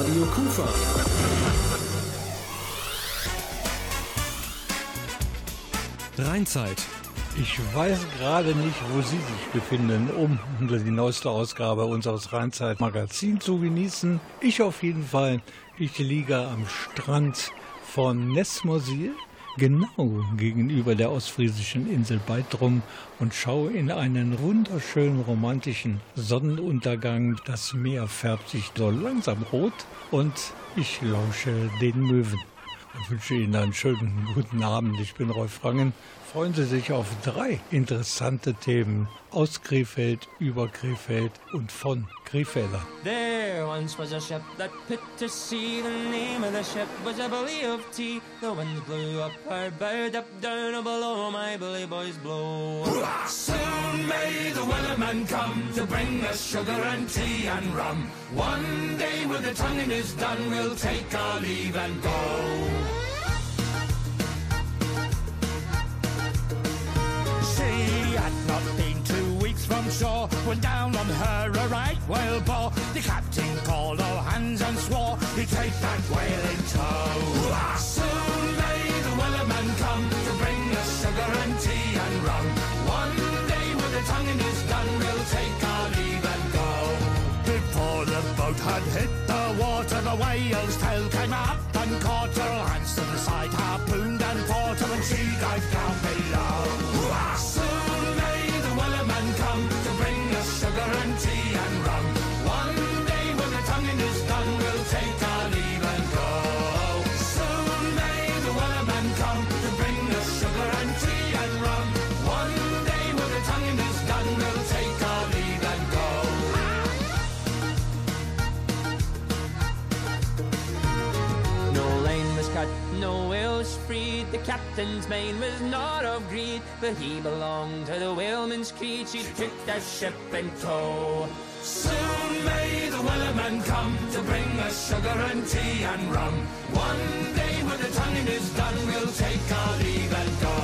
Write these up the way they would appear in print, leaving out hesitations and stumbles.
Radio Kufa. Rheinzeit. Ich weiß gerade nicht, wo Sie sich befinden, um die neueste Ausgabe unseres Rheinzeit-Magazins zu genießen. Ich auf jeden Fall. Ich liege am Strand von Nesmosil, genau gegenüber der ostfriesischen Insel Beitrum und schaue in einen wunderschönen romantischen Sonnenuntergang. Das Meer färbt sich so langsam rot und ich lausche den Möwen. Ich wünsche Ihnen einen schönen guten Abend. Ich bin Rolf Rangen. Freuen Sie sich auf 3 interessante Themen aus Krefeld, über Krefeld und von Krefelder. There once was a ship that put to sea. The name of the ship was a Billy of Tea. The winds blew up her bow, up down and below my bully boys blow. Soon may the wellerman come to bring us sugar and tea and rum. One day when the tonguing is done, we'll take our leave and go. She had not been 2 weeks from shore when down on her a right whale bore. The captain called all hands and swore he'd take that whale in tow. Soon may the wellerman come to bring us sugar and tea and rum. One day when the tonguing is done, we'll take our leave and go. Before the boat had hit the water, the whale's tail came up and caught her. Hands to the side, harpooned and fought her, and she dived down below. Soon may the wellerman come to bring us sugar and tea and rum. One day when the tonguing is done, we'll take our leave and go. Soon may the wellerman come to bring us sugar and tea and rum. One day when the tonguing is done, we'll take our leave and go. No line was cut, no whale was freed. The captain's mind was not of greed, but he belonged to the whaleman's creed. She took that ship in tow. Soon may the wellerman come to bring us sugar and tea and rum. One day when the tonguing is done, we'll take our leave and go.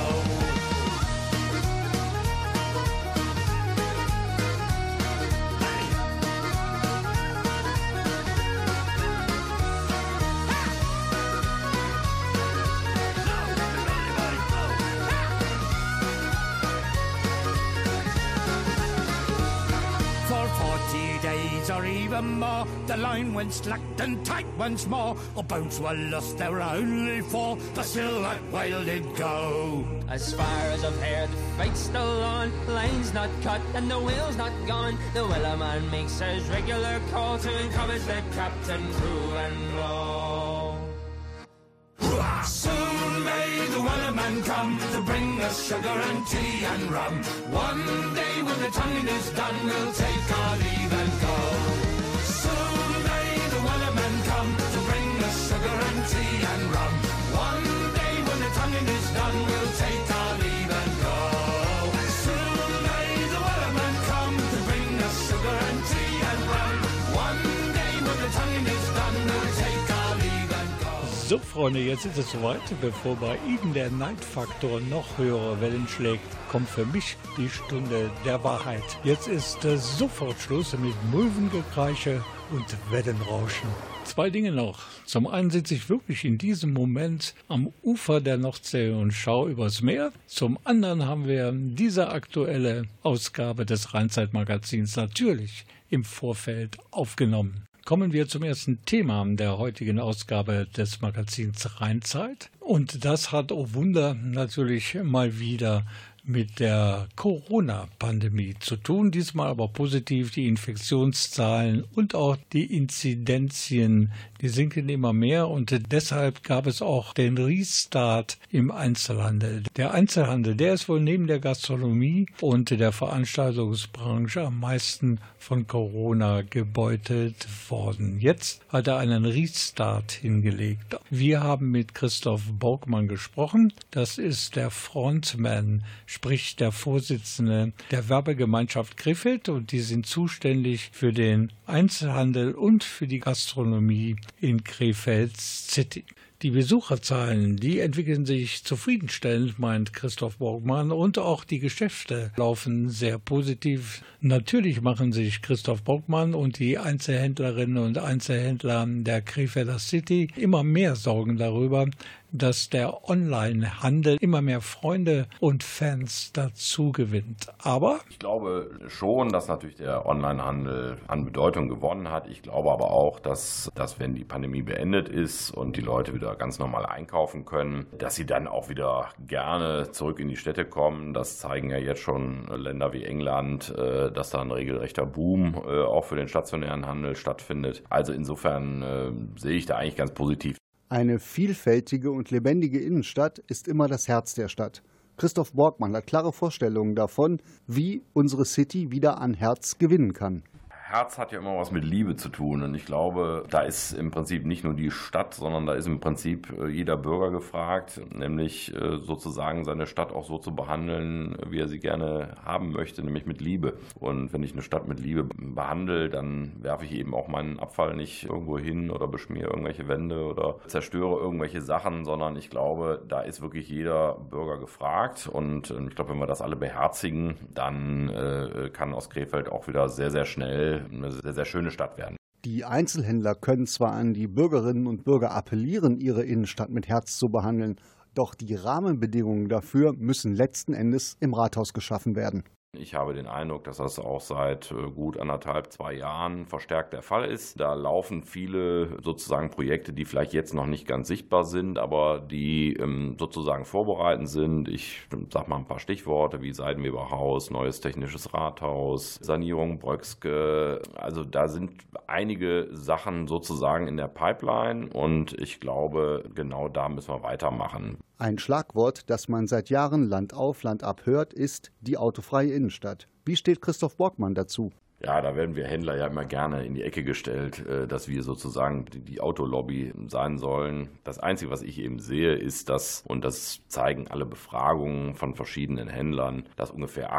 Or even more, the line went slack and tight once more. Our boats were lost, there were only 4, but still that whale did go. As far as I've heard, the fight's still on. Line's not cut and the whale's not gone. The wellerman makes his regular call to encourage the captain, crew and all. Soon may the wellerman come to bring us sugar and tea and rum. One day when the tonguing is done, we'll take our leave and go. Soon may the wellerman come to bring us sugar and tea and rum. One day when the tonguing is done, we'll take our leave and go. Soon may the wellerman come to bring us sugar and tea and rum. One day when the tonguing is done, we'll take our leave and go. So, Freunde, jetzt ist es soweit. Bevor bei Ihnen der Neidfaktor noch höhere Wellen schlägt, kommt für mich die Stunde der Wahrheit. Jetzt ist sofort Schluss mit Möwengekreische und Wellenrauschen. 2 Dinge noch. Zum einen sitze ich wirklich in diesem Moment am Ufer der Nordsee und schaue übers Meer. Zum anderen haben wir diese aktuelle Ausgabe des Rheinzeit-Magazins natürlich im Vorfeld aufgenommen. Kommen wir zum ersten Thema der heutigen Ausgabe des Magazins Rheinzeit. Und das hat, oh Wunder, natürlich mal wieder mit der Corona-Pandemie zu tun. Diesmal aber positiv. Die Infektionszahlen und auch die Inzidenzien, die sinken immer mehr. Und deshalb gab es auch den Restart im Einzelhandel. Der Einzelhandel, der ist wohl neben der Gastronomie und der Veranstaltungsbranche am meisten von Corona gebeutelt worden. Jetzt hat er einen Restart hingelegt. Wir haben mit Christoph Borgmann gesprochen. Das ist der Frontman, sprich der Vorsitzende der Werbegemeinschaft Krefeld, und die sind zuständig für den Einzelhandel und für die Gastronomie in Krefeld City. Die Besucherzahlen, die entwickeln sich zufriedenstellend, meint Christoph Borgmann, und auch die Geschäfte laufen sehr positiv. Natürlich machen sich Christoph Borgmann und die Einzelhändlerinnen und Einzelhändler der Krefelder City immer mehr Sorgen darüber, dass der Onlinehandel immer mehr Freunde und Fans dazu gewinnt. Aber ich glaube schon, dass natürlich der Onlinehandel an Bedeutung gewonnen hat. Ich glaube aber auch, dass wenn die Pandemie beendet ist und die Leute wieder ganz normal einkaufen können, dass sie dann auch wieder gerne zurück in die Städte kommen. Das zeigen ja jetzt schon Länder wie England, dass da ein regelrechter Boom auch für den stationären Handel stattfindet. Also insofern sehe ich da eigentlich ganz positiv. Eine vielfältige und lebendige Innenstadt ist immer das Herz der Stadt. Christoph Borgmann hat klare Vorstellungen davon, wie unsere City wieder an Herz gewinnen kann. Herz hat ja immer was mit Liebe zu tun und ich glaube, da ist im Prinzip nicht nur die Stadt, sondern da ist im Prinzip jeder Bürger gefragt, nämlich sozusagen seine Stadt auch so zu behandeln, wie er sie gerne haben möchte, nämlich mit Liebe. Und wenn ich eine Stadt mit Liebe behandle, dann werfe ich eben auch meinen Abfall nicht irgendwo hin oder beschmiere irgendwelche Wände oder zerstöre irgendwelche Sachen, sondern ich glaube, da ist wirklich jeder Bürger gefragt und ich glaube, wenn wir das alle beherzigen, dann kann aus Krefeld auch wieder sehr, sehr schnell eine sehr, sehr schöne Stadt werden. Die Einzelhändler können zwar an die Bürgerinnen und Bürger appellieren, ihre Innenstadt mit Herz zu behandeln, doch die Rahmenbedingungen dafür müssen letzten Endes im Rathaus geschaffen werden. Ich habe den Eindruck, dass das auch seit gut 2 Jahren verstärkt der Fall ist. Da laufen viele sozusagen Projekte, die vielleicht jetzt noch nicht ganz sichtbar sind, aber die sozusagen vorbereitend sind. Ich sage mal ein paar Stichworte wie Seidenweberhaus, neues technisches Rathaus, Sanierung Bröckske. Also da sind einige Sachen sozusagen in der Pipeline und ich glaube, genau da müssen wir weitermachen. Ein Schlagwort, das man seit Jahren Land auf, Land ab hört, ist die autofreie Innenstadt. Wie steht Christoph Borgmann dazu? Ja, da werden wir Händler ja immer gerne in die Ecke gestellt, dass wir sozusagen die Autolobby sein sollen. Das Einzige, was ich eben sehe, ist, dass, und das zeigen alle Befragungen von verschiedenen Händlern, dass ungefähr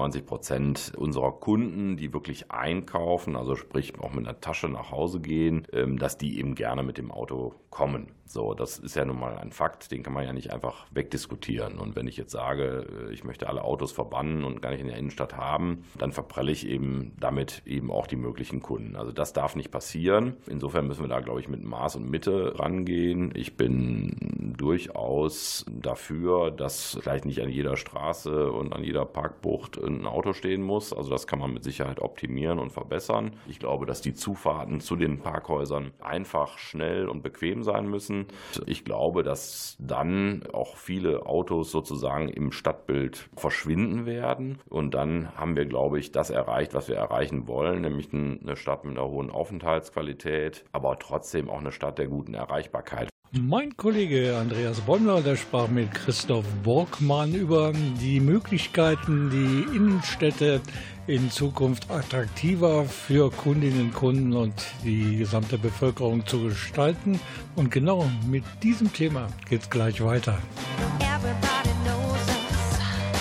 80-90% unserer Kunden, die wirklich einkaufen, also sprich auch mit einer Tasche nach Hause gehen, dass die eben gerne mit dem Auto kommen. So, das ist ja nun mal ein Fakt, den kann man ja nicht einfach wegdiskutieren. Und wenn ich jetzt sage, ich möchte alle Autos verbannen und gar nicht in der Innenstadt haben, dann verprelle ich eben damit eben auch die möglichen Kunden. Also das darf nicht passieren. Insofern müssen wir da, glaube ich, mit Maß und Mitte rangehen. Ich bin durchaus dafür, dass vielleicht nicht an jeder Straße und an jeder Parkbucht ein Auto stehen muss. Also das kann man mit Sicherheit optimieren und verbessern. Ich glaube, dass die Zufahrten zu den Parkhäusern einfach, schnell und bequem sein müssen. Ich glaube, dass dann auch viele Autos sozusagen im Stadtbild verschwinden werden. Und dann haben wir, glaube ich, das erreicht, was wir erreichen wollen, nämlich eine Stadt mit einer hohen Aufenthaltsqualität, aber trotzdem auch eine Stadt der guten Erreichbarkeit. Mein Kollege Andreas Bäumler, der sprach mit Christoph Borgmann über die Möglichkeiten, die Innenstädte in Zukunft attraktiver für Kundinnen und Kunden und die gesamte Bevölkerung zu gestalten. Und genau mit diesem Thema geht es gleich weiter. Everybody knows us.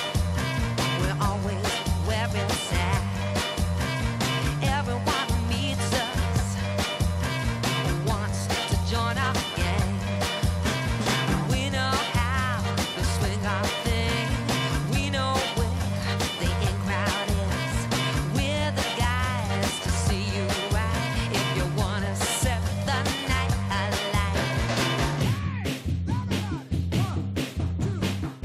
We're always wearing sad. Everyone who meets us wants to join our gang. We know how to swing our thing. We know where the in crowd is. We're the guys to see you right. If you wanna set the night alight.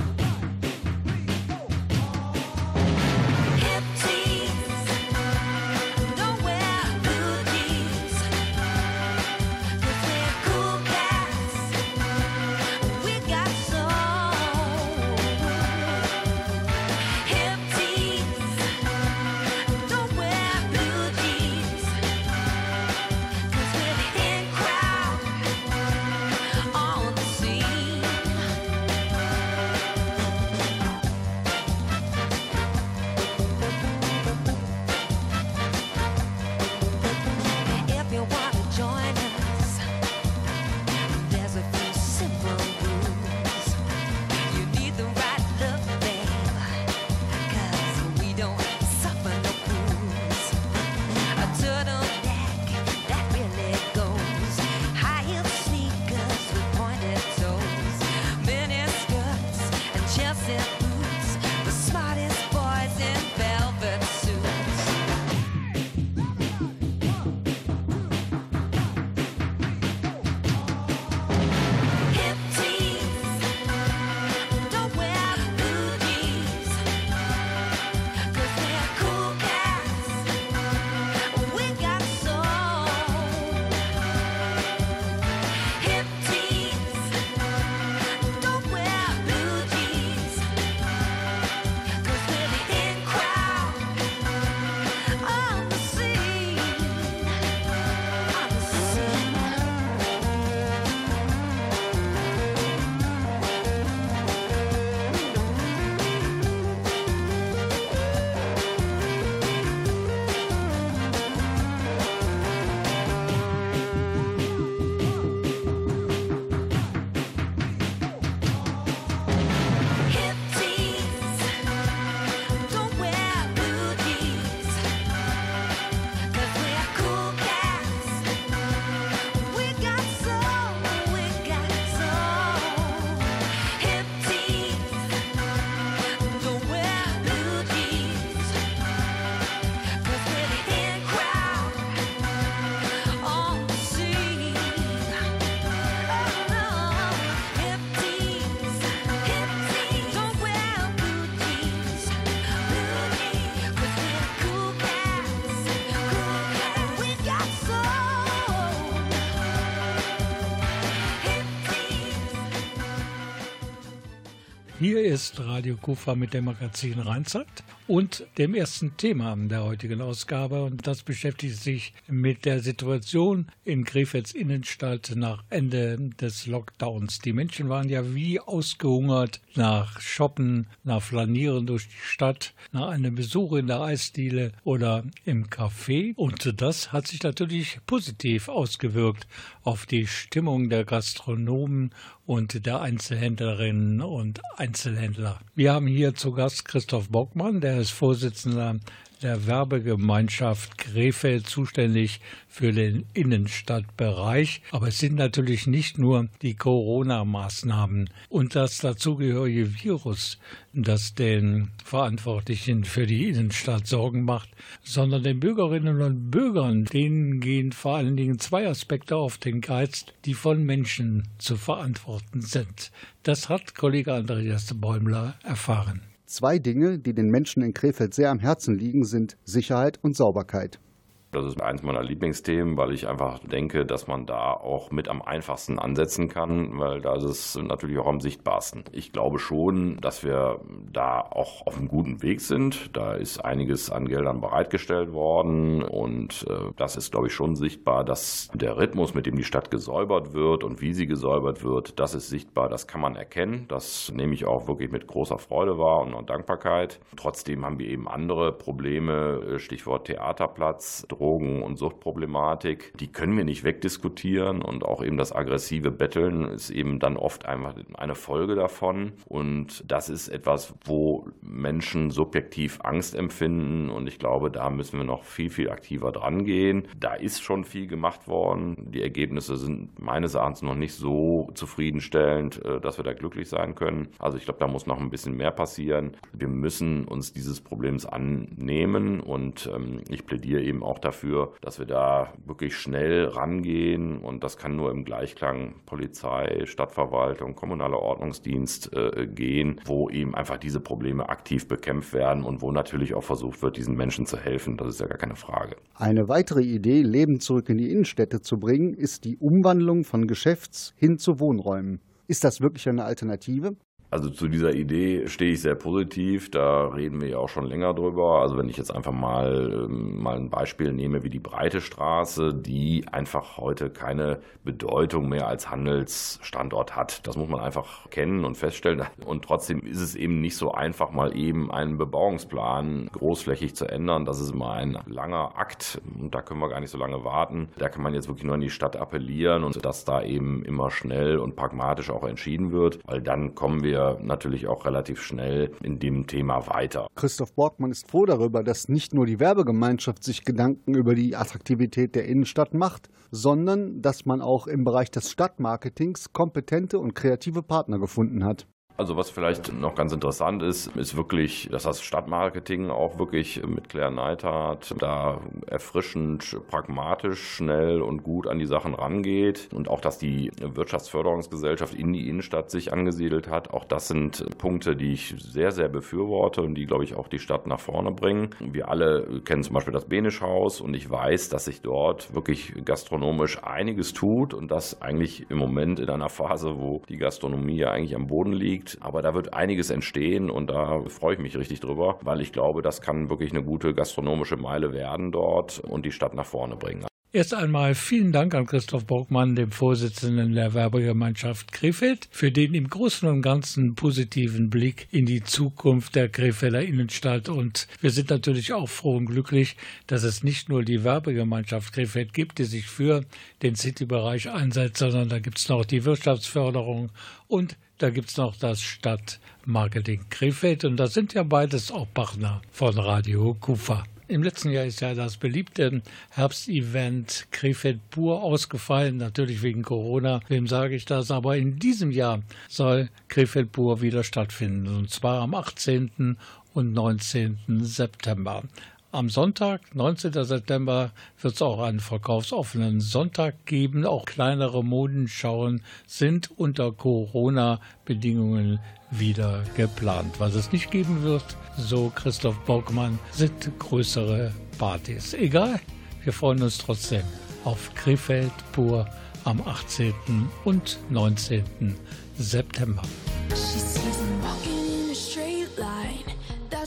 Hier ist Radio Kufa mit dem Magazin Rheinzeit und dem ersten Thema der heutigen Ausgabe. Und das beschäftigt sich mit der Situation in Krefelds Innenstadt nach Ende des Lockdowns. Die Menschen waren ja wie ausgehungert nach Shoppen, nach Flanieren durch die Stadt, nach einem Besuch in der Eisdiele oder im Café. Und das hat sich natürlich positiv ausgewirkt auf die Stimmung der Gastronomen und der Einzelhändlerinnen und Einzelhändler. Wir haben hier zu Gast Christoph Bockmann, der ist Vorsitzender der Werbegemeinschaft Krefeld, zuständig für den Innenstadtbereich. Aber es sind natürlich nicht nur die Corona-Maßnahmen und das dazugehörige Virus, das den Verantwortlichen für die Innenstadt Sorgen macht, sondern den Bürgerinnen und Bürgern, denen gehen vor allen Dingen zwei Aspekte auf den Geist, die von Menschen zu verantworten sind. Das hat Kollege Andreas Bäumler erfahren. Zwei Dinge, die den Menschen in Krefeld sehr am Herzen liegen, sind Sicherheit und Sauberkeit. Das ist eins meiner Lieblingsthemen, weil ich einfach denke, dass man da auch mit am einfachsten ansetzen kann, weil da ist es natürlich auch am sichtbarsten. Ich glaube schon, dass wir da auch auf einem guten Weg sind. Da ist einiges an Geldern bereitgestellt worden und das ist, glaube ich, schon sichtbar, dass der Rhythmus, mit dem die Stadt gesäubert wird und wie sie gesäubert wird, das ist sichtbar, das kann man erkennen. Das nehme ich auch wirklich mit großer Freude wahr und Dankbarkeit. Trotzdem haben wir eben andere Probleme, Stichwort Theaterplatz, Drogen- und Suchtproblematik, die können wir nicht wegdiskutieren und auch eben das aggressive Betteln ist eben dann oft einfach eine Folge davon und das ist etwas, wo Menschen subjektiv Angst empfinden und ich glaube, da müssen wir noch viel, viel aktiver dran gehen. Da ist schon viel gemacht worden. Die Ergebnisse sind meines Erachtens noch nicht so zufriedenstellend, dass wir da glücklich sein können. Also ich glaube, da muss noch ein bisschen mehr passieren. Wir müssen uns dieses Problems annehmen und ich plädiere eben auch dafür, dass wir da wirklich schnell rangehen und das kann nur im Gleichklang Polizei, Stadtverwaltung, kommunaler Ordnungsdienst gehen, wo eben einfach diese Probleme aktiv bekämpft werden und wo natürlich auch versucht wird, diesen Menschen zu helfen. Das ist ja gar keine Frage. Eine weitere Idee, Leben zurück in die Innenstädte zu bringen, ist die Umwandlung von Geschäfts- hin zu Wohnräumen. Ist das wirklich eine Alternative? Also zu dieser Idee stehe ich sehr positiv, da reden wir ja auch schon länger drüber. Also wenn ich jetzt einfach mal ein Beispiel nehme wie die Breite Straße, die einfach heute keine Bedeutung mehr als Handelsstandort hat. Das muss man einfach kennen und feststellen. Und trotzdem ist es eben nicht so einfach, mal eben einen Bebauungsplan großflächig zu ändern. Das ist immer ein langer Akt und da können wir gar nicht so lange warten. Da kann man jetzt wirklich nur an die Stadt appellieren und dass da eben immer schnell und pragmatisch auch entschieden wird, weil dann kommen wir natürlich auch relativ schnell in dem Thema weiter. Christoph Bockmann ist froh darüber, dass nicht nur die Werbegemeinschaft sich Gedanken über die Attraktivität der Innenstadt macht, sondern dass man auch im Bereich des Stadtmarketings kompetente und kreative Partner gefunden hat. Also was vielleicht noch ganz interessant ist wirklich, dass das Stadtmarketing auch wirklich mit Claire Neithardt da erfrischend, pragmatisch, schnell und gut an die Sachen rangeht und auch, dass die Wirtschaftsförderungsgesellschaft in die Innenstadt sich angesiedelt hat. Auch das sind Punkte, die ich sehr, sehr befürworte und die, glaube ich, auch die Stadt nach vorne bringen. Wir alle kennen zum Beispiel das Benisch-Haus und ich weiß, dass sich dort wirklich gastronomisch einiges tut und das eigentlich im Moment in einer Phase, wo die Gastronomie ja eigentlich am Boden liegt. Aber da wird einiges entstehen und da freue ich mich richtig drüber, weil ich glaube, das kann wirklich eine gute gastronomische Meile werden dort und die Stadt nach vorne bringen. Erst einmal vielen Dank an Christoph Bockmann, dem Vorsitzenden der Werbegemeinschaft Krefeld, für den im Großen und Ganzen positiven Blick in die Zukunft der Krefelder Innenstadt. Und wir sind natürlich auch froh und glücklich, dass es nicht nur die Werbegemeinschaft Krefeld gibt, die sich für den City-Bereich einsetzt, sondern da gibt es noch die Wirtschaftsförderung und da gibt es noch das Stadtmarketing Krefeld und das sind ja beides auch Partner von Radio Kufa. Im letzten Jahr ist ja das beliebte Herbstevent Krefeld Pur ausgefallen, natürlich wegen Corona. Wem sage ich das? Aber in diesem Jahr soll Krefeld Pur wieder stattfinden und zwar am 18. und 19. September. Am Sonntag, 19. September, wird es auch einen verkaufsoffenen Sonntag geben. Auch kleinere Modenschauen sind unter Corona-Bedingungen wieder geplant. Was es nicht geben wird, so Christoph Bockmann, sind größere Partys. Egal, wir freuen uns trotzdem auf Krefeld Pur am 18. und 19. September. She sees him walking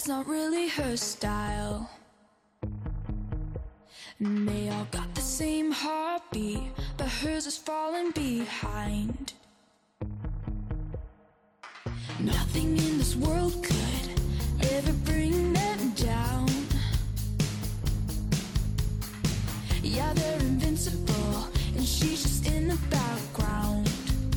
that's not really her style. And they all got the same heartbeat, but hers is falling behind. Nothing in this world could ever bring them down. Yeah, they're invincible, and she's just in the background.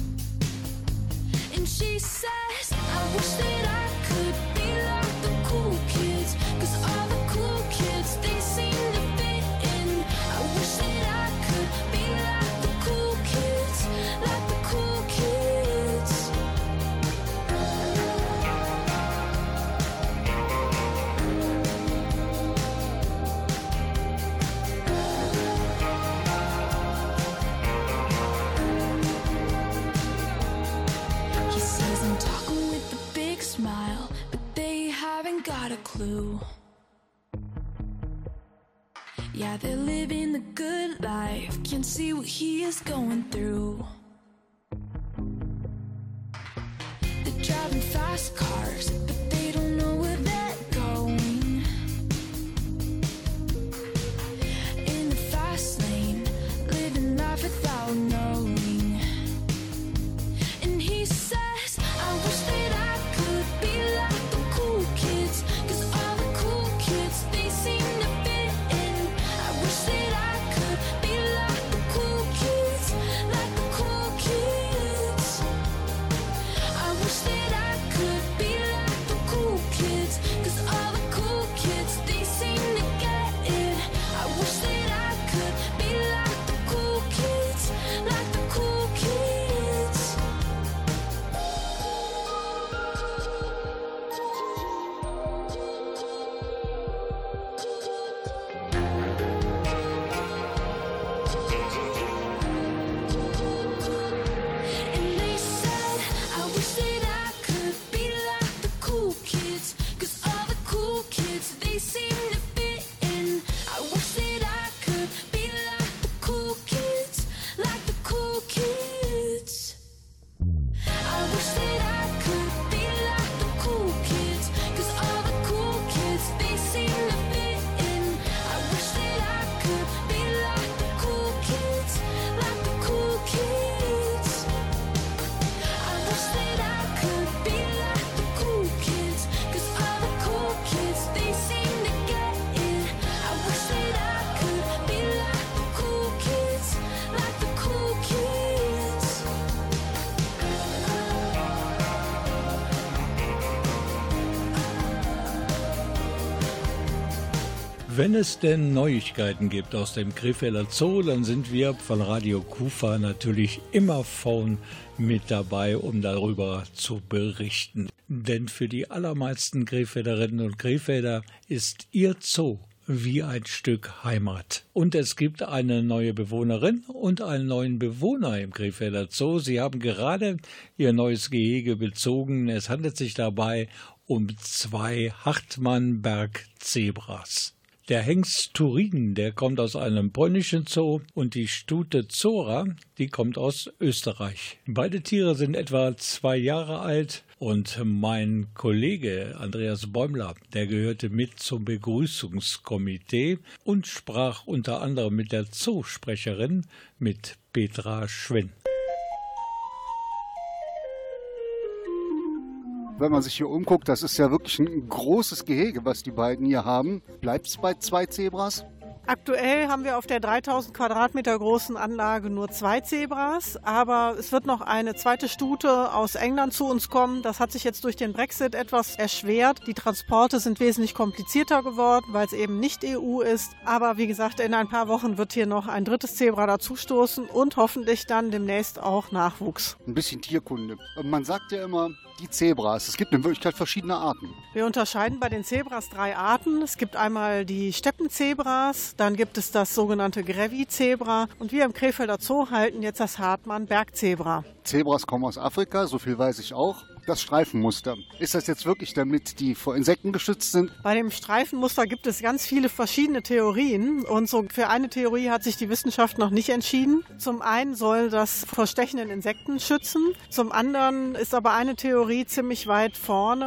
And she says, I wish that I could be like the cool kids, 'cause all the cool kids, they seem to fit in. I wish that I could be like the cool kids, like the cool kids. He says I'm talking with a big smile, but they haven't got a clue. Yeah, they're living the good life, can't see what he is going through. They're driving fast cars, but they don't know where they're going. In the fast lane, living life without knowing. And he says, I wish that I could be like the cool kids, 'cause all the cool kids, they seem to fit in. I wish that I could be like the cool kids, like the cool kids. I wish that I could be like the cool kids, 'cause all the cool kids, they seem to get it. I wish that I could be like the cool kids, like the cool kids. And they said, I wish that I could be like the cool kids, 'cause all the cool kids, they seem to fit in. I wish that I could be like the cool kids, like the cool kids. I wish that I could be like the cool kids, 'cause all the cool kids, they seem to fit in. I wish that I could be like the cool kids, like the cool kids. I wish that I could be like the cool kids, 'cause all the cool kids, they seem to get it. I wish that I could be like the cool kids, like the cool kids. Wenn es denn Neuigkeiten gibt aus dem Krefelder Zoo, dann sind wir von Radio Kufa natürlich immer vorn mit dabei, um darüber zu berichten. Denn für die allermeisten Krefelderinnen und Krefelder ist ihr Zoo wie ein Stück Heimat. Und es gibt eine neue Bewohnerin und einen neuen Bewohner im Krefelder Zoo. Sie haben gerade ihr neues Gehege bezogen. Es handelt sich dabei um 2 Hartmann-Berg-Zebras. Der Hengst Turin, der kommt aus einem polnischen Zoo, und die Stute Zora, die kommt aus Österreich. Beide Tiere sind etwa 2 Jahre alt, und mein Kollege Andreas Bäumler, der gehörte mit zum Begrüßungskomitee und sprach unter anderem mit der Zoosprecherin, mit Petra Schwenn. Wenn man sich hier umguckt, das ist ja wirklich ein großes Gehege, was die beiden hier haben. Bleibt es bei 2 Zebras? Aktuell haben wir auf der 3000 Quadratmeter großen Anlage nur 2 Zebras, aber es wird noch eine zweite Stute aus England zu uns kommen. Das hat sich jetzt durch den Brexit etwas erschwert. Die Transporte sind wesentlich komplizierter geworden, weil es eben nicht EU ist. Aber wie gesagt, in ein paar Wochen wird hier noch ein 3. Zebra dazustoßen und hoffentlich dann demnächst auch Nachwuchs. Ein bisschen Tierkunde. Man sagt ja immer, die Zebras, es gibt in Wirklichkeit verschiedene Arten. Wir unterscheiden bei den Zebras 3 Arten. Es gibt einmal die Steppenzebras, dann gibt es das sogenannte Grevi-Zebra und wir im Krefelder Zoo halten jetzt das Hartmann-Bergzebra. Zebras kommen aus Afrika, so viel weiß ich auch. Das Streifenmuster, ist das jetzt wirklich damit die vor Insekten geschützt sind? Bei dem Streifenmuster gibt es ganz viele verschiedene Theorien und so für eine Theorie hat sich die Wissenschaft noch nicht entschieden. Zum einen soll das vor stechenden Insekten schützen, zum anderen ist aber eine Theorie ziemlich weit vorne.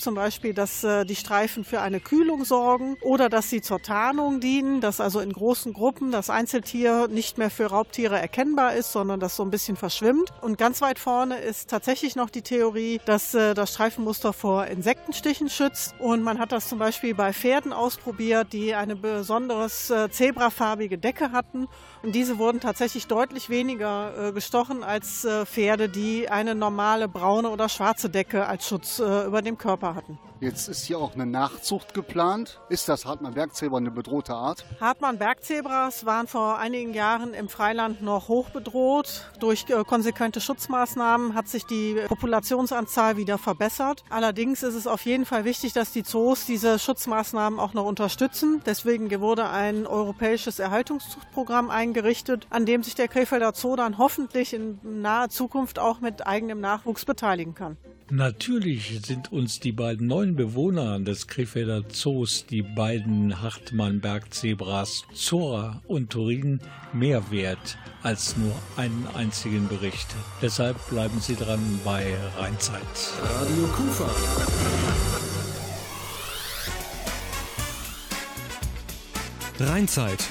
zum Beispiel, dass die Streifen für eine Kühlung sorgen oder dass sie zur Tarnung dienen, dass also in großen Gruppen das Einzeltier nicht mehr für Raubtiere erkennbar ist, sondern das so ein bisschen verschwimmt. Und ganz weit vorne ist tatsächlich noch die Theorie, dass das Streifenmuster vor Insektenstichen schützt. Und man hat das zum Beispiel bei Pferden ausprobiert, die eine besonders zebrafarbige Decke hatten. Und diese wurden tatsächlich deutlich weniger gestochen als Pferde, die eine normale braune oder schwarze Decke als Schutz über dem Körper hatten. Jetzt ist hier auch eine Nachzucht geplant. Ist das Hartmann-Bergzebra eine bedrohte Art? Hartmann-Bergzebras waren vor einigen Jahren im Freiland noch hoch bedroht. Durch konsequente Schutzmaßnahmen hat sich die Populationsanzahl wieder verbessert. Allerdings ist es auf jeden Fall wichtig, dass die Zoos diese Schutzmaßnahmen auch noch unterstützen. Deswegen wurde ein europäisches Erhaltungszuchtprogramm eingerichtet, an dem sich der Krefelder Zoo dann hoffentlich in naher Zukunft auch mit eigenem Nachwuchs beteiligen kann. Natürlich sind uns die beiden neuen Bewohner des Krefelder Zoos, die beiden Hartmann-Bergzebras Zora und Turin, mehr wert als nur einen einzigen Bericht. Deshalb bleiben Sie dran bei Rheinzeit. Radio Kufa. Rheinzeit.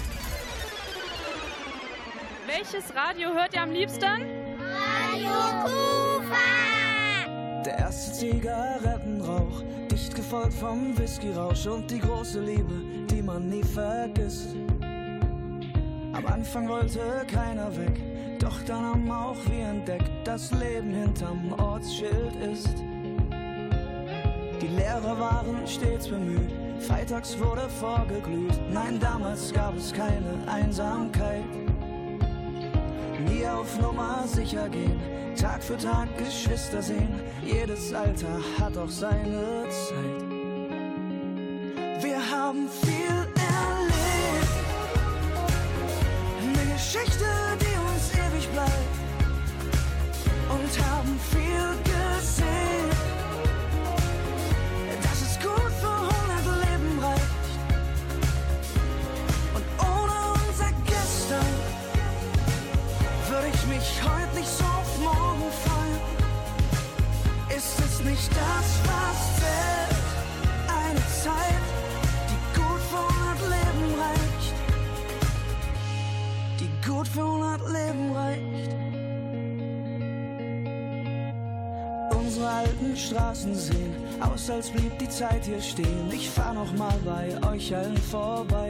Welches Radio hört ihr am liebsten? Radio Kufa! Der erste Zigarettenrauch, dicht gefolgt vom Whiskyrausch und die große Liebe, die man nie vergisst. Am Anfang wollte keiner weg, doch dann haben auch wir entdeckt, dass Leben hinterm Ortsschild ist. Die Lehrer waren stets bemüht, freitags wurde vorgeglüht, nein, damals gab es keine Einsamkeit. Nie auf Nummer sicher gehen, Tag für Tag Geschwister sehen, jedes Alter hat auch seine Zeit. Wir haben viel erlebt, eine Geschichte, die uns ewig bleibt, und haben viel gesehen, dass es gut für 100 Leben reicht. Und ohne unser Gestern würde ich mich heute nicht so auf morgen freuen. Ist es nicht das, was zählt? Eine Zeit, die gut für 100 Leben reicht. Die gut für 100 Leben reicht. Unsere alten Straßen sehen aus, als blieb die Zeit hier stehen. Ich fahr noch mal bei euch allen vorbei.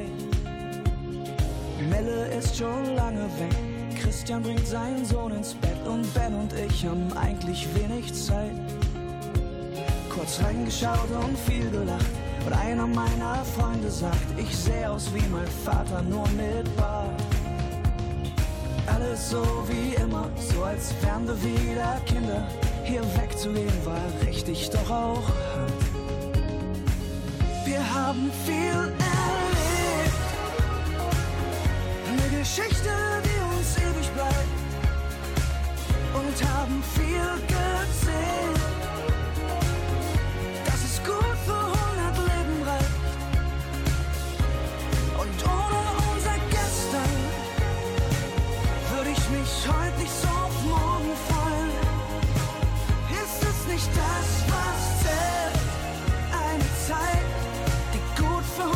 Melle ist schon lange weg, Christian bringt seinen Sohn ins Bett und Ben und ich haben eigentlich wenig Zeit. Kurz reingeschaut und viel gelacht und einer meiner Freunde sagt, ich sehe aus wie mein Vater, nur mit Bart. Alles so wie immer, so als wären wir wieder Kinder. Hier wegzugehen war richtig, doch auch hart. Wir haben viel erlebt, eine Geschichte, die uns ewig bleibt, und haben viel gesehen, dass es gut für 100 Leben reicht. Und ohne unser Gestern würde ich mich heute nicht so auf morgen freuen. Ist es nicht das, was zählt? Eine Zeit, die gut für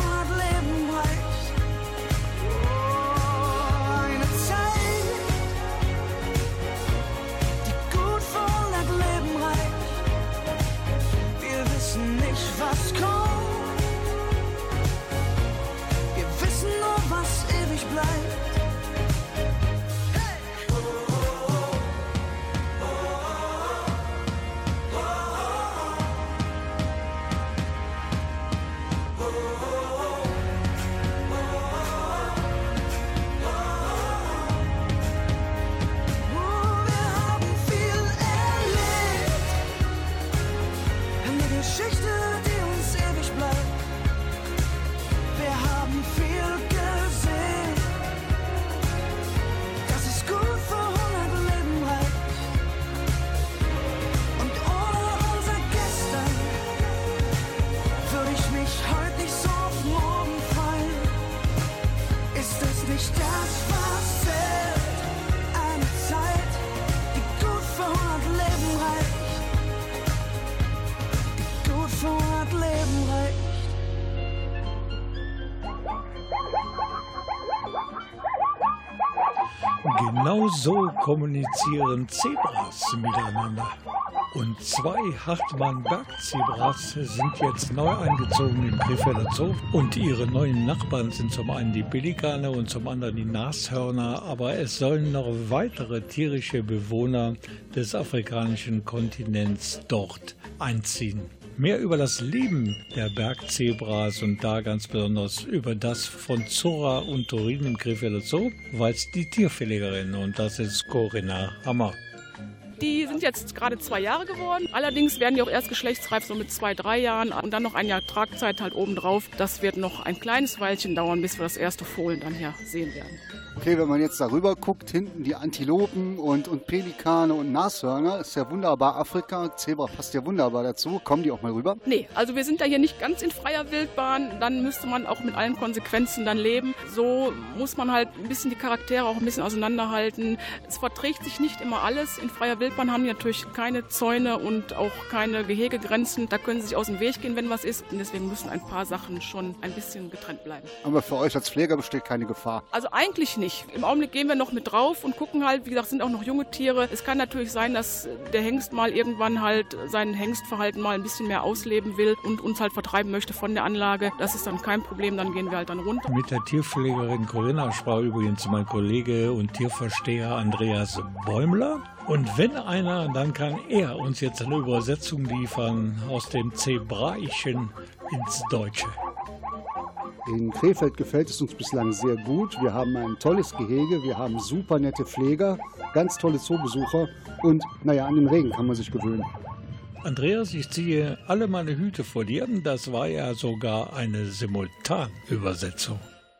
Genau so kommunizieren Zebras miteinander. Und 2 Hartmann-Bergzebras sind jetzt neu eingezogen im Krefelder Zoo. Und ihre neuen Nachbarn sind zum einen die Pelikane und zum anderen die Nashörner. Aber es sollen noch weitere tierische Bewohner des afrikanischen Kontinents dort einziehen. Mehr über das Leben der Bergzebras und da ganz besonders über das von Zora und Turin im Krefelder Zoo weiß die Tierpflegerin und das ist Corinna Hammer. Die sind jetzt gerade 2 Jahre geworden. Allerdings werden die auch erst geschlechtsreif, so mit 2, 3 Jahren. Und dann noch ein Jahr Tragzeit halt obendrauf. Das wird noch ein kleines Weilchen dauern, bis wir das erste Fohlen dann hier sehen werden. Okay, wenn man jetzt darüber guckt, hinten die Antilopen und Pelikane und Nashörner, ist ja wunderbar. Afrika, Zebra passt ja wunderbar dazu. Kommen die auch mal rüber? Nee, also wir sind da hier nicht ganz in freier Wildbahn. Dann müsste man auch mit allen Konsequenzen dann leben. So muss man halt ein bisschen die Charaktere auch ein bisschen auseinanderhalten. Es verträgt sich nicht immer alles. In freier Wildbahn haben die natürlich keine Zäune und auch keine Gehegegrenzen. Da können sie sich aus dem Weg gehen, wenn was ist. Und deswegen müssen ein paar Sachen schon ein bisschen getrennt bleiben. Aber für euch als Pfleger besteht keine Gefahr? Also eigentlich nicht. Im Augenblick gehen wir noch mit drauf und gucken halt, wie gesagt, sind auch noch junge Tiere. Es kann natürlich sein, dass der Hengst mal irgendwann halt sein Hengstverhalten mal ein bisschen mehr ausleben will und uns halt vertreiben möchte von der Anlage. Das ist dann kein Problem, dann gehen wir halt dann runter. Mit der Tierpflegerin Corinna sprach übrigens mein Kollege und Tierversteher Andreas Bäumler. Und wenn einer, dann kann er uns jetzt eine Übersetzung liefern aus dem Zebraischen ins Deutsche. In Krefeld gefällt es uns bislang sehr gut. Wir haben ein tolles Gehege, wir haben super nette Pfleger, ganz tolle Zoobesucher und naja, an den Regen kann man sich gewöhnen. Andreas, ich ziehe alle meine Hüte vor dir. Das war ja sogar eine Simultanübersetzung.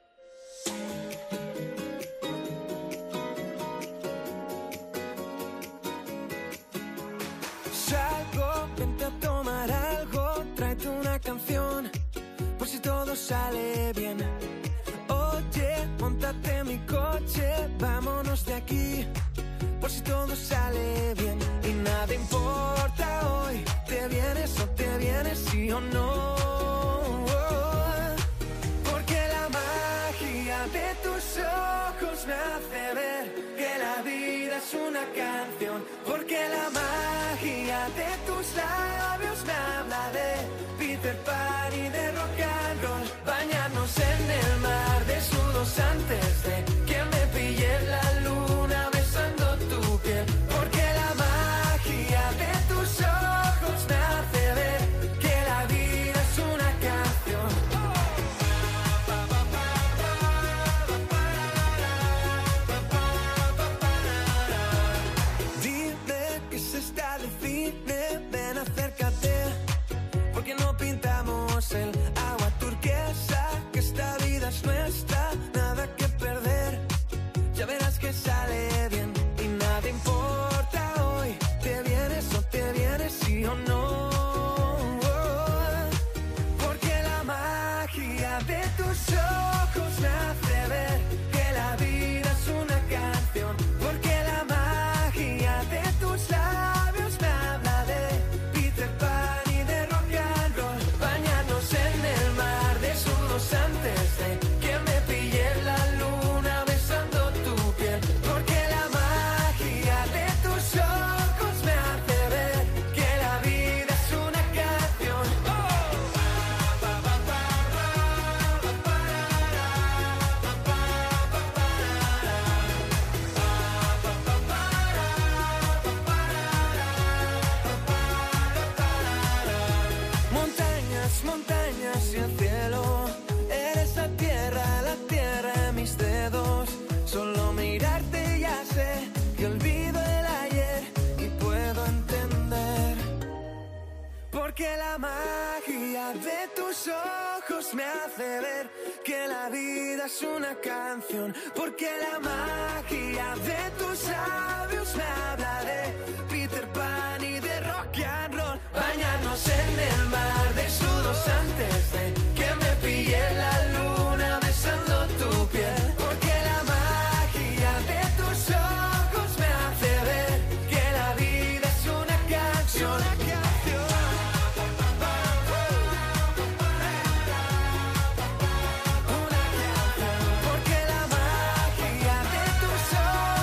Salgo, vente a tomar algo, tráete una canción, por si todo sale bien. Oye, montate en mi coche, vámonos de aquí, por si todo sale bien. Y nada importa hoy, te vienes o te vienes, sí o no. Porque la magia de tus ojos me hace ver que la vida es una canción. Porque la magia de tus labios me habla de Peter Pan y de rock and roll. Bañarnos en el mar desnudos antes de que me pille la luna besando tu piel. Porque la magia de tus ojos me hace ver que la vida es una canción. Dime que se está de cine, ven acércate, porque no pintamos el agua turquesa, que esta vida es nuestra, nada que perder, ya verás que sale bien. Y nada importa hoy, te vienes o te vienes, sí o no. Porque la magia de tus ojos me hace ver que la vida es una canción. Porque la magia de tus labios me habla de Peter Pan y de rock and roll. Bañarnos en el mar desnudos antes de que me pille la luna besando tu piel. Porque la magia de tus ojos me hace ver que la vida es una canción. Montañas, montañas y el cielo, eres la tierra de mis dedos. Solo mirarte ya sé que olvido el ayer y puedo entender. Porque la magia de tus ojos me hace ver que la vida es una canción. Porque la magia de tus labios me habla de Peter Pan y de rock and roll. Bañarnos en el mar desnudos antes de que me pille la luna besando tu piel. Porque la magia de tus ojos me hace ver que la vida es una canción. Porque la magia de tus ojos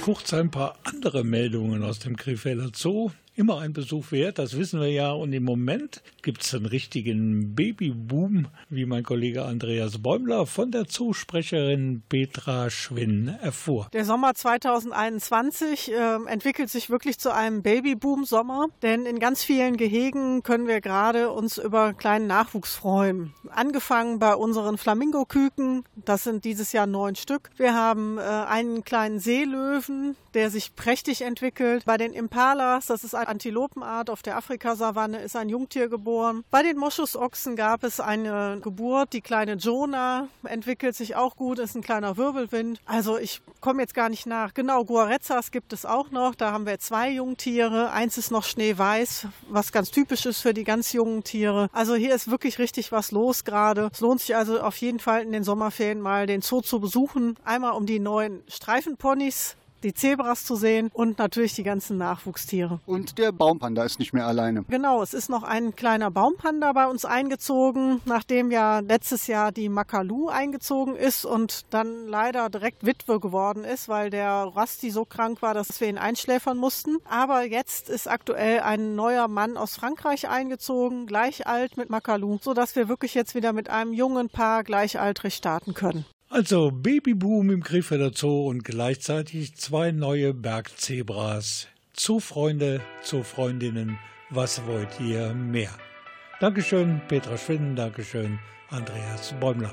kurz ein paar andere Meldungen aus dem Krefelder Zoo. Immer ein Besuch wert, das wissen wir ja. Und im Moment gibt es einen richtigen Babyboom, wie mein Kollege Andreas Bäumler von der Zoosprecherin Petra Schwinn erfuhr. Der Sommer 2021 entwickelt sich wirklich zu einem Babyboom-Sommer, denn in ganz vielen Gehegen können wir gerade uns über kleinen Nachwuchs freuen. Angefangen bei unseren Flamingoküken, das sind dieses Jahr 9 Stück. Wir haben einen kleinen Seelöwen, der sich prächtig entwickelt. Bei den Impalas, das ist eine Antilopenart auf der Afrikasavanne, ist ein Jungtier geboren. Bei den Moschusochsen gab es eine Geburt. Die kleine Jonah entwickelt sich auch gut, ist ein kleiner Wirbelwind. Also ich komme jetzt gar nicht nach. Genau, Guarezas gibt es auch noch. Da haben wir 2 Jungtiere. Eins ist noch schneeweiß, was ganz typisch ist für die ganz jungen Tiere. Also hier ist wirklich richtig was los gerade. Es lohnt sich also auf jeden Fall in den Sommerferien mal den Zoo zu besuchen. Einmal um die neuen Streifenponys, die Zebras zu sehen und natürlich die ganzen Nachwuchstiere. Und der Baumpanda ist nicht mehr alleine. Genau, es ist noch ein kleiner Baumpanda bei uns eingezogen, nachdem ja letztes Jahr die Makalu eingezogen ist und dann leider direkt Witwe geworden ist, weil der Rusty so krank war, dass wir ihn einschläfern mussten. Aber jetzt ist aktuell ein neuer Mann aus Frankreich eingezogen, gleich alt mit Makalu, sodass wir wirklich jetzt wieder mit einem jungen Paar gleichaltrig starten können. Also Babyboom im Krefelder Zoo und gleichzeitig 2 neue Bergzebras. Zoofreunde, Zoofreundinnen, was wollt ihr mehr? Dankeschön Petra Schwinn, Dankeschön Andreas Bäumler.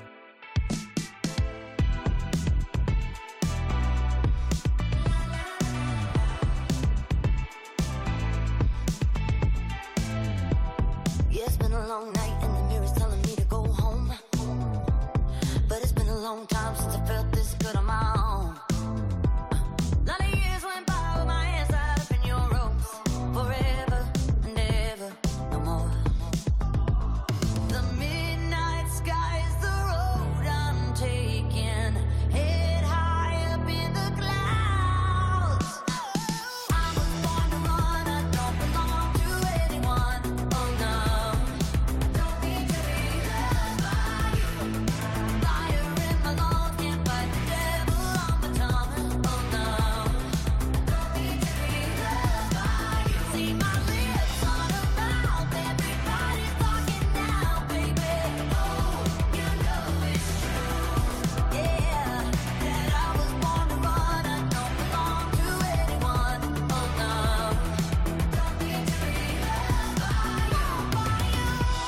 Yeah, it's been a long night and the mirror's telling me to go home. But it's been a long time since I felt this good on my own. Lot of years went by with my hands tied up in your ropes. Forever and ever, no more. The midnight sky is the road I'm taking. Head high up in the clouds. I was born to run, I don't belong to anyone. Oh no, don't need to be loved by you. Fire in my lungs, can't fight the devil on my tongue. Oh no, don't need to be loved by you. See my lips on a mouth, everybody's talking now, baby. Oh, you know it's true, yeah, that I was born to run, I don't belong to anyone. Oh no, don't need to be loved by you.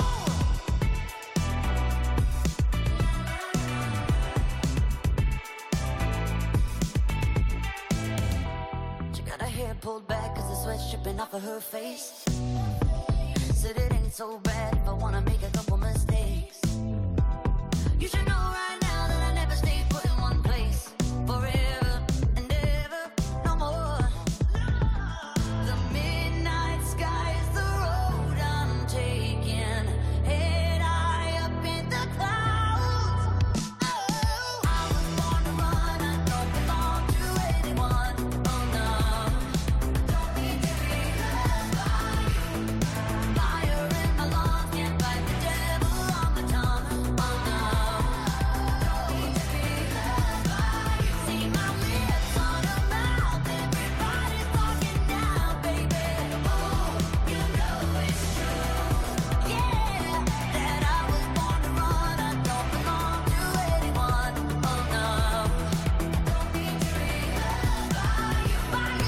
She got her hair pulled back cause the sweat's dripping off of her face. Said it ain't so bad if I wanna make a couple mistakes. You should know right now that I never stay put in one place. Forever and ever, no more. The midnight sky is the road I'm taking. Head high up in the clouds. Oh, I was born to run, I don't belong to anyone. Oh no, don't need to be loved by you. Fire in my lungs, can't fight the devil on my tongue. Oh no, don't need to be loved by you. See my lips on her mouth, everybody's talking now, baby. Oh, you know it's true, yeah, that I was born to run, I don't belong to anyone. Oh no, don't need to be loved by you.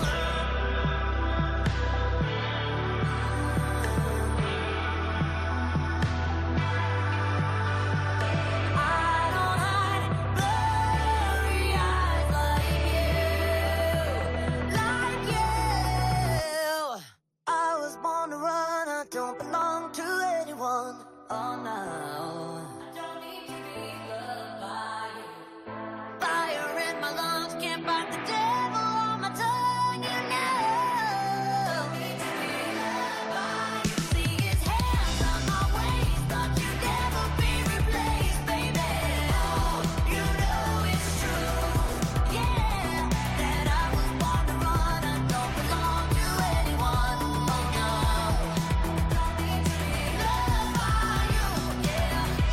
I don't hide blurry eyes like you. I was born to run, I don't belong to anyone. Oh no, I don't need to be loved by you. Fire in my lungs, can't fight the devil on my tongue. You know, don't need to be loved by you. See his hands on my waist, thought you'd never be replaced, baby. Oh, you know it's true, yeah, that I was born to run, I don't belong to anyone. Oh no, don't need to be loved by you, yeah.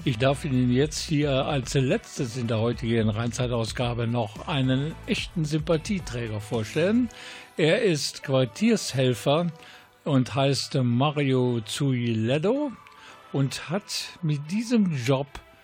Ich darf Ihnen jetzt hier als letztes in der heutigen Rheinzeit-Ausgabe noch einen echten Sympathieträger vorstellen. Er ist Quartiershelfer und heißt Mario Zuiledo und hat mit diesem Job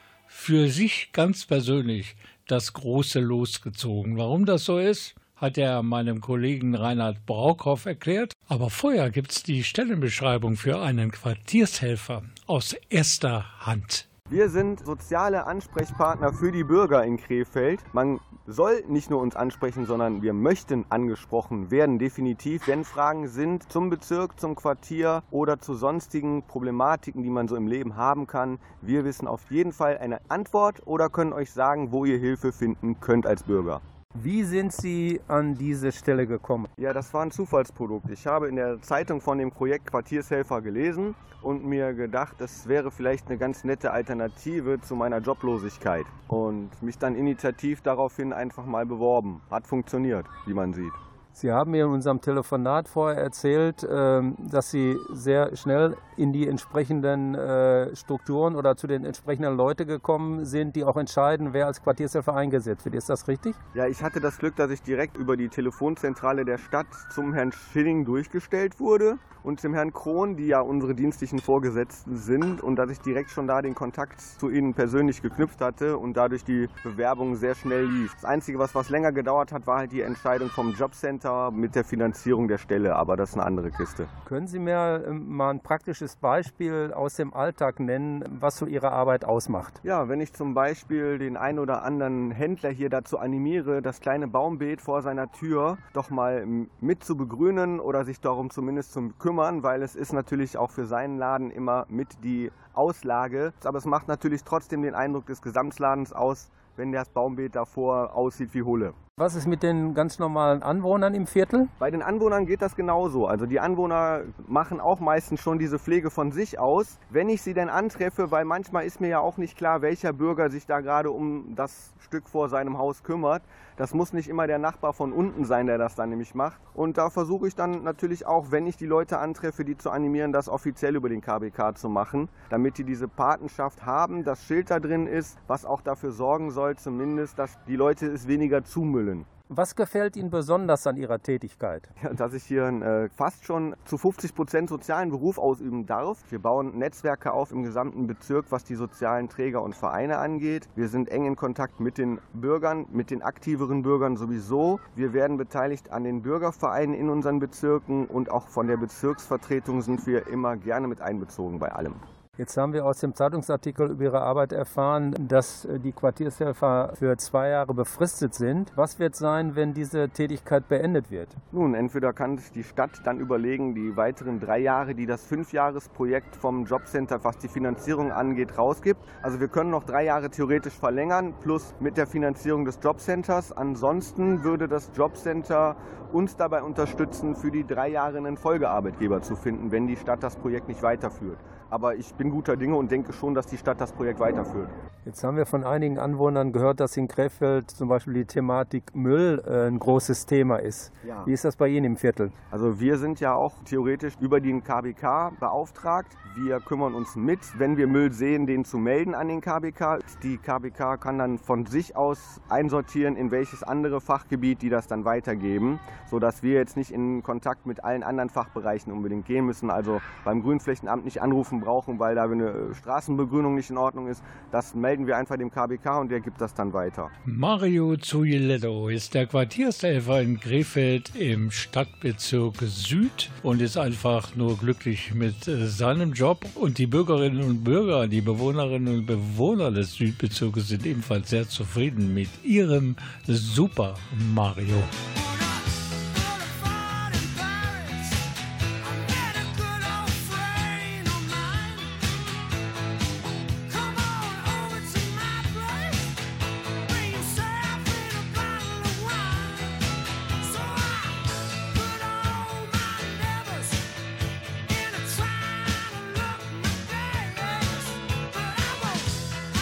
für sich ganz persönlich das große Los gezogen. Warum das so ist, hat er meinem Kollegen Reinhard Braukhoff erklärt. Aber vorher gibt es die Stellenbeschreibung für einen Quartiershelfer aus erster Hand. Wir sind soziale Ansprechpartner für die Bürger in Krefeld. Man soll nicht nur uns ansprechen, sondern wir möchten angesprochen werden, definitiv. Wenn Fragen sind zum Bezirk, zum Quartier oder zu sonstigen Problematiken, die man so im Leben haben kann, wir wissen auf jeden Fall eine Antwort oder können euch sagen, wo ihr Hilfe finden könnt als Bürger. Wie sind Sie an diese Stelle gekommen? Ja, das war ein Zufallsprodukt. Ich habe in der Zeitung von dem Projekt Quartiershelfer gelesen und mir gedacht, das wäre vielleicht eine ganz nette Alternative zu meiner Joblosigkeit. Und mich dann initiativ daraufhin einfach mal beworben. Hat funktioniert, wie man sieht. Sie haben mir in unserem Telefonat vorher erzählt, dass Sie sehr schnell in die entsprechenden Strukturen oder zu den entsprechenden Leuten gekommen sind, die auch entscheiden, wer als Quartiershelfer eingesetzt wird. Ist das richtig? Ja, ich hatte das Glück, dass ich direkt über die Telefonzentrale der Stadt zum Herrn Schilling durchgestellt wurde und zum Herrn Krohn, die ja unsere dienstlichen Vorgesetzten sind, und dass ich direkt schon da den Kontakt zu ihnen persönlich geknüpft hatte und dadurch die Bewerbung sehr schnell lief. Das Einzige, was länger gedauert hat, war halt die Entscheidung vom Jobcenter mit der Finanzierung der Stelle, aber das ist eine andere Kiste. Können Sie mir mal ein praktisches Beispiel aus dem Alltag nennen, was so Ihre Arbeit ausmacht? Ja, wenn ich zum Beispiel den einen oder anderen Händler hier dazu animiere, das kleine Baumbeet vor seiner Tür doch mal mit zu begrünen oder sich darum zumindest zu kümmern, weil es ist natürlich auch für seinen Laden immer mit die Auslage, aber es macht natürlich trotzdem den Eindruck des Gesamtladens aus, wenn das Baumbeet davor aussieht wie Hulle. Was ist mit den ganz normalen Anwohnern im Viertel? Bei den Anwohnern geht das genauso. Also die Anwohner machen auch meistens schon diese Pflege von sich aus. Wenn ich sie denn antreffe, weil manchmal ist mir ja auch nicht klar, welcher Bürger sich da gerade um das Stück vor seinem Haus kümmert. Das muss nicht immer der Nachbar von unten sein, der das dann nämlich macht. Und da versuche ich dann natürlich auch, wenn ich die Leute antreffe, die zu animieren, das offiziell über den KBK zu machen, damit die diese Patenschaft haben, das Schild da drin ist, was auch dafür sorgen soll zumindest, dass die Leute es weniger zumüllen. Was gefällt Ihnen besonders an Ihrer Tätigkeit? Ja, dass ich hier fast schon zu 50% sozialen Beruf ausüben darf. Wir bauen Netzwerke auf im gesamten Bezirk, was die sozialen Träger und Vereine angeht. Wir sind eng in Kontakt mit den Bürgern, mit den aktiveren Bürgern sowieso. Wir werden beteiligt an den Bürgervereinen in unseren Bezirken und auch von der Bezirksvertretung sind wir immer gerne mit einbezogen bei allem. Jetzt haben wir aus dem Zeitungsartikel über Ihre Arbeit erfahren, dass die Quartiershelfer für 2 Jahre befristet sind. Was wird sein, wenn diese Tätigkeit beendet wird? Nun, entweder kann sich die Stadt dann überlegen, die weiteren 3 Jahre, die das 5-Jahres-Projekt vom Jobcenter, was die Finanzierung angeht, rausgibt. Also wir können noch 3 Jahre theoretisch verlängern, plus mit der Finanzierung des Jobcenters. Ansonsten würde das Jobcenter uns dabei unterstützen, für die 3 Jahre einen Folgearbeitgeber zu finden, wenn die Stadt das Projekt nicht weiterführt. Aber ich bin guter Dinge und denke schon, dass die Stadt das Projekt weiterführt. Jetzt haben wir von einigen Anwohnern gehört, dass in Krefeld zum Beispiel die Thematik Müll ein großes Thema ist. Ja. Wie ist das bei Ihnen im Viertel? Also wir sind ja auch theoretisch über den KBK beauftragt. Wir kümmern uns mit, wenn wir Müll sehen, den zu melden an den KBK. Die KBK kann dann von sich aus einsortieren, in welches andere Fachgebiet die das dann weitergeben, sodass wir jetzt nicht in Kontakt mit allen anderen Fachbereichen unbedingt gehen müssen. Also beim Grünflächenamt nicht anrufen brauchen, weil da eine Straßenbegrünung nicht in Ordnung ist. Das melden wir einfach dem KBK und der gibt das dann weiter. Mario Zuiledo ist der Quartiershelfer in Krefeld im Stadtbezirk Süd und ist einfach nur glücklich mit seinem Job. Und die Bürgerinnen und Bürger, die Bewohnerinnen und Bewohner des Südbezirkes sind ebenfalls sehr zufrieden mit ihrem Super Mario.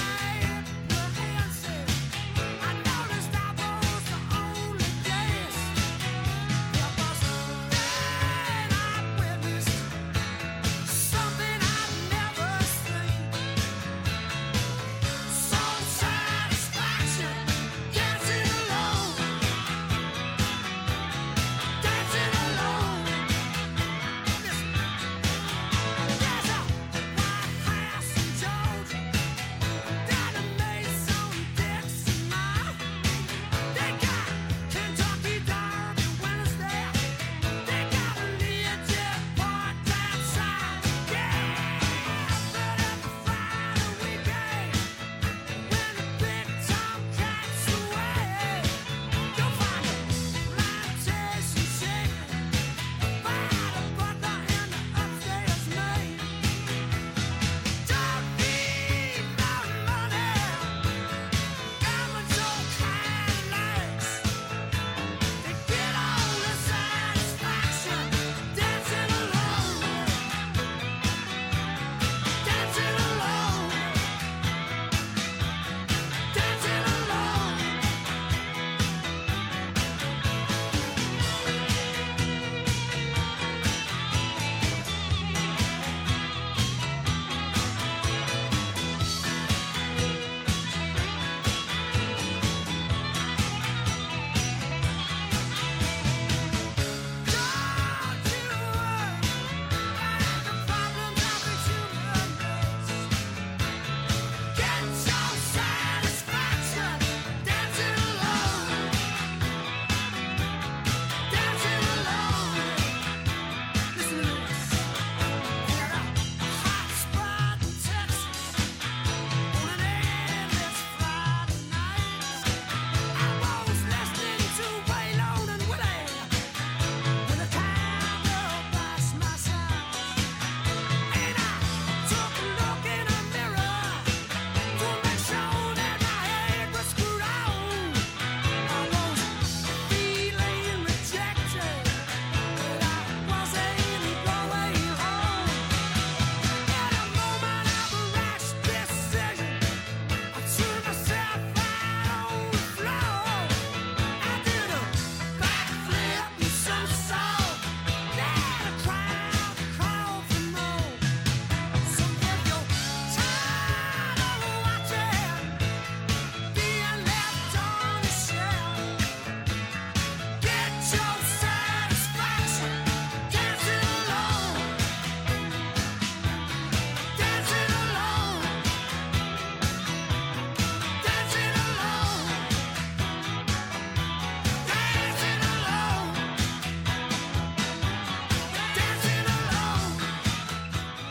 I noticed I was the only dance.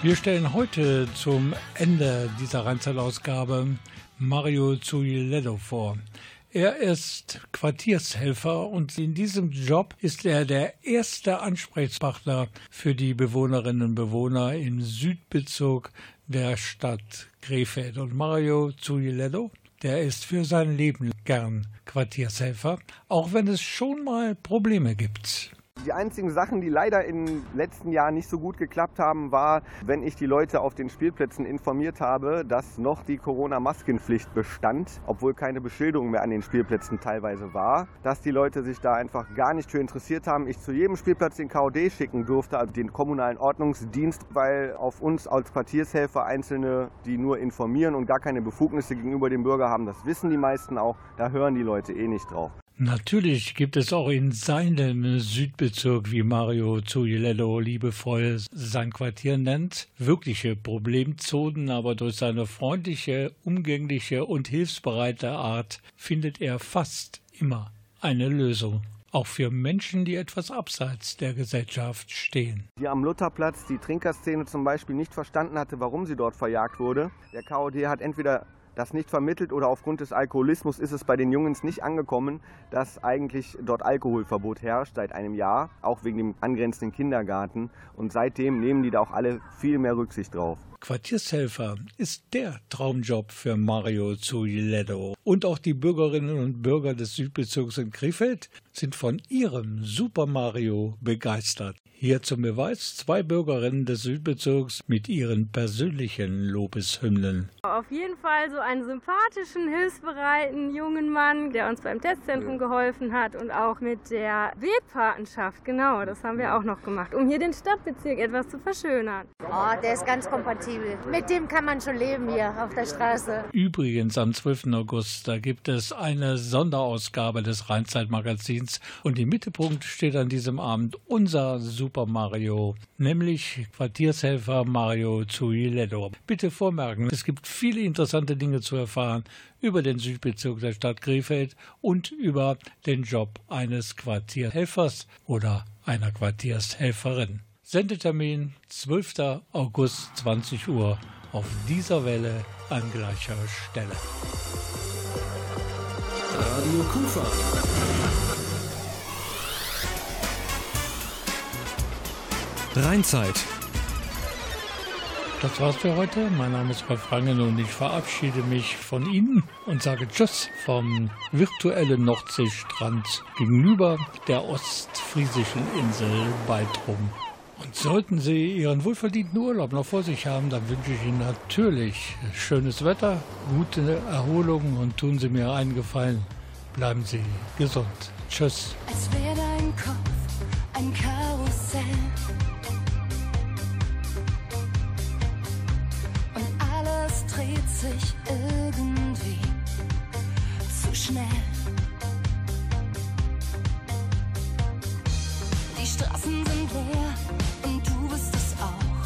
Wir stellen heute zum Ende dieser Rheinzeit-Ausgabe Mario Zuiletto vor. Er ist Quartiershelfer und in diesem Job ist er der erste Ansprechpartner für die Bewohnerinnen und Bewohner im Südbezirk der Stadt Krefeld. Und Mario Zuiletto, der ist für sein Leben gern Quartiershelfer, auch wenn es schon mal Probleme gibt. Die einzigen Sachen, die leider in den letzten Jahren nicht so gut geklappt haben, war, wenn ich die Leute auf den Spielplätzen informiert habe, dass noch die Corona-Maskenpflicht bestand, obwohl keine Beschilderung mehr an den Spielplätzen teilweise war, dass die Leute sich da einfach gar nicht für interessiert haben. Ich zu jedem Spielplatz den KOD schicken durfte, also den kommunalen Ordnungsdienst, weil auf uns als Quartiershelfer Einzelne, die nur informieren und gar keine Befugnisse gegenüber dem Bürger haben, das wissen die meisten auch, da hören die Leute eh nicht drauf. Natürlich gibt es auch in seinem Südbezirk, wie Mario Zuiletto liebevoll sein Quartier nennt, wirkliche Problemzonen, aber durch seine freundliche, umgängliche und hilfsbereite Art findet er fast immer eine Lösung. Auch für Menschen, die etwas abseits der Gesellschaft stehen. Die am Lutherplatz die Trinkerszene zum Beispiel nicht verstanden hatte, warum sie dort verjagt wurde. Der KOD hat entweder das nicht vermittelt oder aufgrund des Alkoholismus ist es bei den Jungs nicht angekommen, dass eigentlich dort Alkoholverbot herrscht seit einem Jahr, auch wegen dem angrenzenden Kindergarten. Und seitdem nehmen die da auch alle viel mehr Rücksicht drauf. Quartiershelfer ist der Traumjob für Mario Zuiletto. Und auch die Bürgerinnen und Bürger des Südbezirks in Krefeld sind von ihrem Super Mario begeistert. Hier zum Beweis 2 Bürgerinnen des Südbezirks mit ihren persönlichen Lobeshymnen. Auf jeden Fall so einen sympathischen, hilfsbereiten jungen Mann, der uns beim Testzentrum geholfen hat und auch mit der Webpatenschaft, genau, das haben wir auch noch gemacht, um hier den Stadtbezirk etwas zu verschönern. Oh, der ist ganz kompatibel. Mit dem kann man schon leben hier auf der Straße. Übrigens am 12. August, da gibt es eine Sonderausgabe des Rheinzeit-Magazins und im Mittelpunkt steht an diesem Abend unser Super Mario, nämlich Quartiershelfer Mario Zuiletto. Bitte vormerken, es gibt viele interessante Dinge zu erfahren über den Südbezirk der Stadt Krefeld und über den Job eines Quartierhelfers oder einer Quartiershelferin. Sendetermin 12. August 20 Uhr auf dieser Welle an gleicher Stelle. Radio Kufa. Rheinzeit. Das war's für heute. Mein Name ist Rolf Rangen und ich verabschiede mich von Ihnen und sage Tschüss vom virtuellen Nordseestrand gegenüber der ostfriesischen Insel Baltrum. Und sollten Sie Ihren wohlverdienten Urlaub noch vor sich haben, dann wünsche ich Ihnen natürlich schönes Wetter, gute Erholung und tun Sie mir einen Gefallen. Bleiben Sie gesund. Tschüss. Als wäre dein Kopf ein Karussell und alles dreht sich irgendwie zu schnell. Die Straßen sind leer und du bist es auch.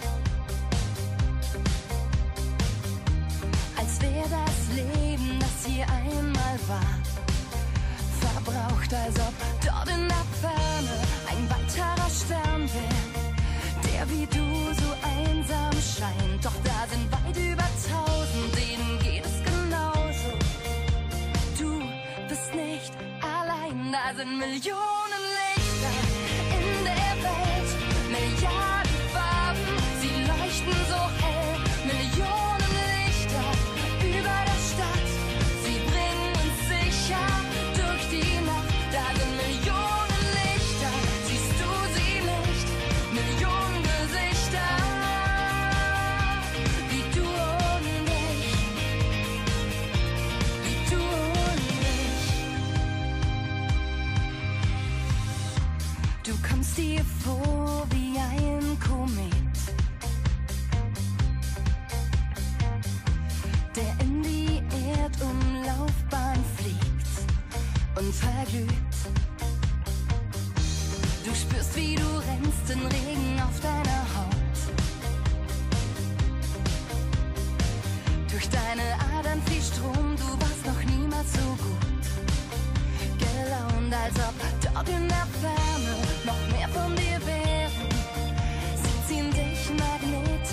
Als wäre das Leben, das hier einmal war, verbraucht, als ob dort in der Ferne ein weiterer Stern wäre, der wie du so einsam scheint. Doch da sind weit über 1000, denen geht es genauso. Du bist nicht allein, da sind Millionen Lichter in der Welt, Milliarden Farben, sie leuchten so hell, Millionen Lichter über der Stadt, sie bringen uns sicher durch die Nacht. Da sind Millionen Lichter, siehst du sie nicht? Millionen Gesichter, wie du und ich, wie du und ich. Du kommst dir vor wie ein Komet, der in die Erdumlaufbahn fliegt und verglüht. Du spürst, wie du rennst, den Regen auf deiner Haut. Durch deine Adern fließt Strom, du warst noch niemals so gut gelaunt, als ob dort in der Ferne noch mehr von dir wären. Sie ziehen dich magnetisch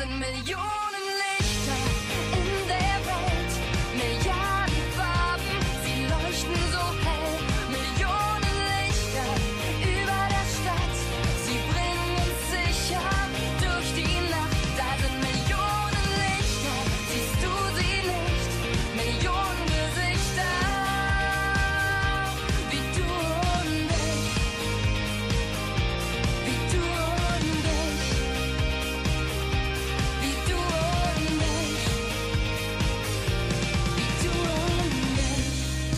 sind Millionen Lichter in der Welt, Milliarden Farben, sie leuchten so hell. Millionen Lichter über der Stadt, sie bringen uns sicher durch die Nacht. Da sind Millionen Lichter, siehst du sie nicht? Millionen Gesichter, wie du und ich, wie du und ich, wie du und ich, wie du und ich.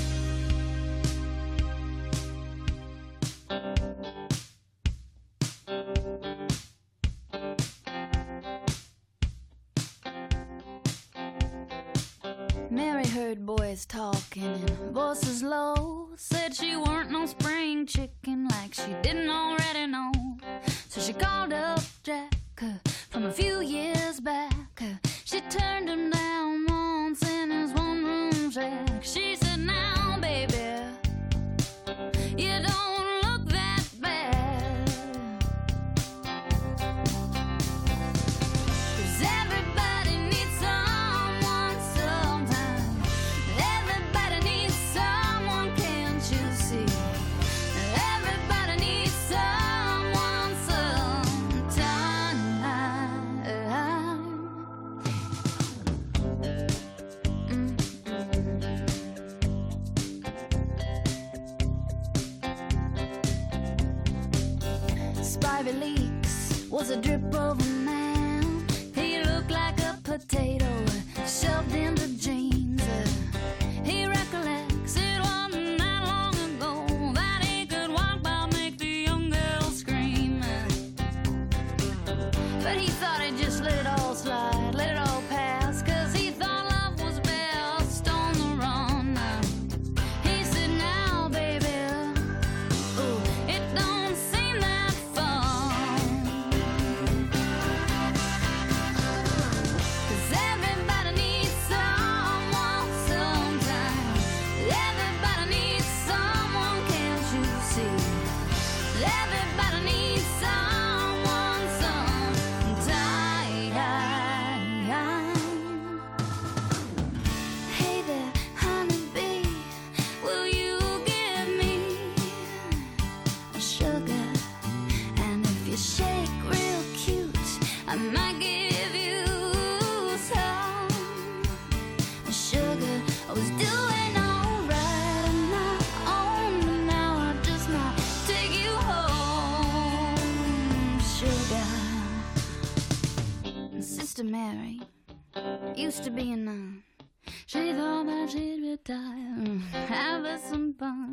Mary heard boys talking and voices low. Said she weren't no spring chicken like she didn't already know. So she called up Jack from a few years back. She turned him down once in his one-room shack. She said, now baby, you don't look that bad. 'Cause everybody needs someone sometime. Everybody needs someone, can't you see? Everybody needs someone sometime. Spivey Leaks was a drip of a man. He looked like a potato shoved into jeans. He recollects it wasn't that long ago that he could walk by, make the young girl scream. But he thought he'd just let it all slide, let it all pass, 'cause he thought love was best on the run. He said, now baby, ooh, it don't seem that fun. 'Cause everybody needs someone sometime. Everybody needs someone, can't you see? Everybody needs someone sometime. Hey there, honeybee, will you give me a sugar? And if you shake real cute, I might give you some sugar. I was doing alright on my own, but now I just might take you home, sugar. Sister Mary used to be a nun. She thought that she'd retire, have her some fun.